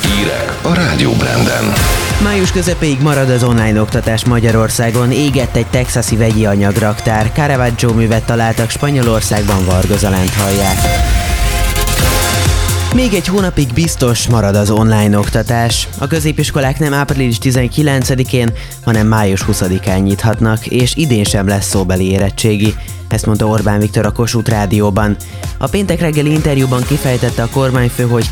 Hírek a Rádió Branden. Május közepéig marad az online oktatás Magyarországon, égett egy texasi vegyi anyagraktár, Caravaggio művet találtak Spanyolországban, Vargazalánt hallják. Még egy hónapig biztos marad az online oktatás. A középiskolák nem április 19-én, hanem május 20-án nyithatnak, és idén sem lesz szóbeli érettségi. Ezt mondta Orbán Viktor a Kossuth Rádióban. A péntek reggeli interjúban kifejtette a kormányfő, hogy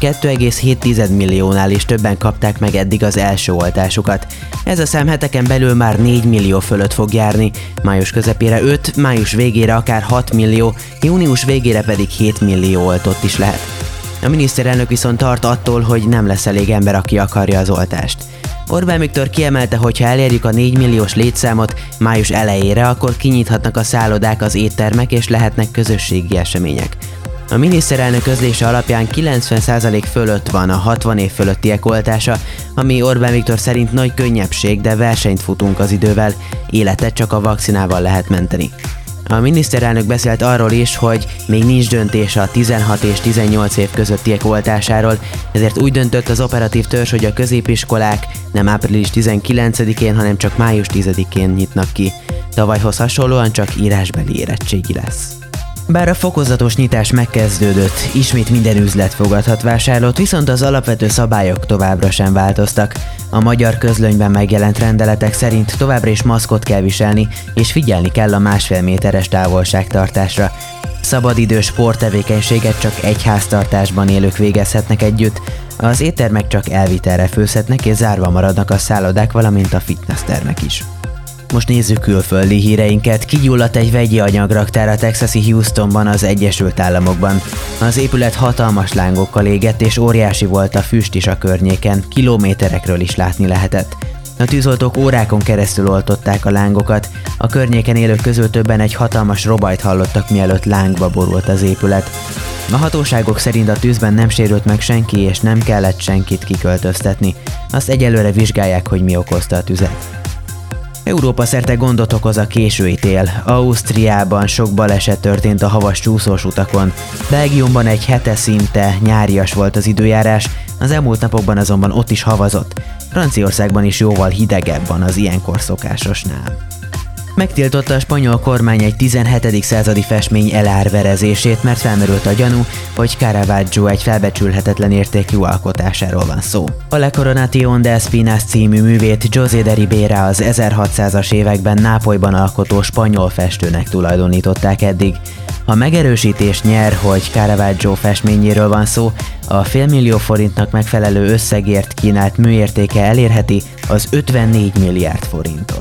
2,7 milliónál is többen kapták meg eddig az első oltásukat. Ez a szám heteken belül már 4 millió fölött fog járni, május közepére 5, május végére akár 6 millió, június végére pedig 7 millió oltott is lehet. A miniszterelnök viszont tart attól, hogy nem lesz elég ember, aki akarja az oltást. Orbán Viktor kiemelte, hogy ha elérjük a 4 milliós létszámot május elejére, akkor kinyithatnak a szállodák, az éttermek és lehetnek közösségi események. A miniszterelnök közlése alapján 90% fölött van a 60 év fölöttiek oltása, ami Orbán Viktor szerint nagy könnyebbség, de versenyt futunk az idővel, életet csak a vakcinával lehet menteni. A miniszterelnök beszélt arról is, hogy még nincs döntés a 16 és 18 év közöttiek oltásáról, ezért úgy döntött az operatív törzs, hogy a középiskolák nem április 19-én, hanem csak május 10-én nyitnak ki. Tavalyhoz hasonlóan csak írásbeli érettségi lesz. Bár a fokozatos nyitás megkezdődött, ismét minden üzlet fogadhat vásárlót, viszont az alapvető szabályok továbbra sem változtak. A magyar közlönyben megjelent rendeletek szerint továbbra is maszkot kell viselni, és figyelni kell a 1,5 méteres távolságtartásra. Szabadidős sporttevékenységet csak egy háztartásban élők végezhetnek együtt, az éttermek csak elvitelre főzhetnek, és zárva maradnak a szállodák, valamint a fitnesstermek is. Most nézzük külföldi híreinket. Kigyulladt egy vegyi anyagraktár a texasi Houstonban, az Egyesült Államokban. Az épület hatalmas lángokkal égett, és óriási volt a füst is a környéken, kilométerekről is látni lehetett. A tűzoltók órákon keresztül oltották a lángokat, a környéken élők közül többen egy hatalmas robajt hallottak, mielőtt lángba borult az épület. A hatóságok szerint a tűzben nem sérült meg senki, és nem kellett senkit kiköltöztetni. Azt egyelőre vizsgálják, hogy mi okozta a tüzet. Európa szerte gondot okoz a késői tél. Ausztriában sok baleset történt a havas csúszós utakon. Belgiumban egy hete szinte nyárias volt az időjárás, az elmúlt napokban azonban ott is havazott. Franciaországban is jóval hidegebb van az ilyenkor szokásosnál. Megtiltotta a spanyol kormány egy 17. századi festmény elárverezését, mert felmerült a gyanú, hogy Caravaggio egy felbecsülhetetlen értékű alkotásáról van szó. A La Coronación de Espinas című művét José de Ribera az 1600-as években Nápolyban alkotó spanyol festőnek tulajdonították eddig. Ha megerősítés nyer, hogy Caravaggio festményéről van szó, a $500 000 forintnak megfelelő összegért kínált műértéke elérheti az 54 milliárd forintot.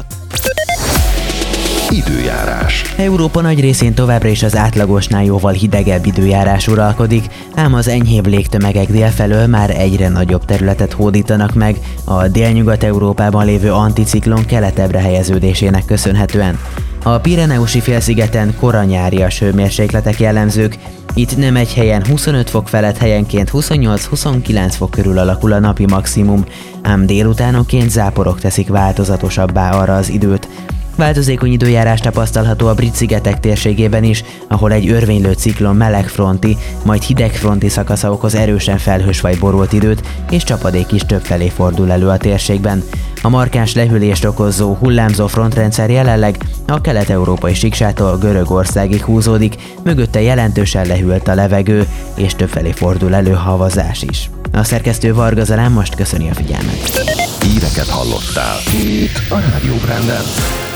Időjárás. Európa nagy részén továbbra is az átlagosnál jóval hidegebb időjárás uralkodik, ám az enyhébb légtömegek délfelől már egyre nagyobb területet hódítanak meg a délnyugat-európában lévő anticiklon keletebbre helyeződésének köszönhetően. A Pireneusi félszigeten kora nyárias hőmérsékletek jellemzők, itt nem egy helyen 25 fok felett, helyenként 28-29 fok körül alakul a napi maximum, ám délutánonként záporok teszik változatosabbá arra az időt. Változékony időjárás tapasztalható a Brit-szigetek térségében is, ahol egy örvénylő ciklon melegfronti, majd hidegfronti szakasza okoz erősen felhős vagy borult időt, és csapadék is többfelé fordul elő a térségben. A markáns lehűlést okozó hullámzó frontrendszer jelenleg a kelet-európai síksától Görögországig húzódik, mögötte jelentősen lehűlt a levegő, és többfelé fordul elő havazás is. A szerkesztő Vargazalán most köszöni a figyelmet. Híreket hallottál itt a Rádió Branden.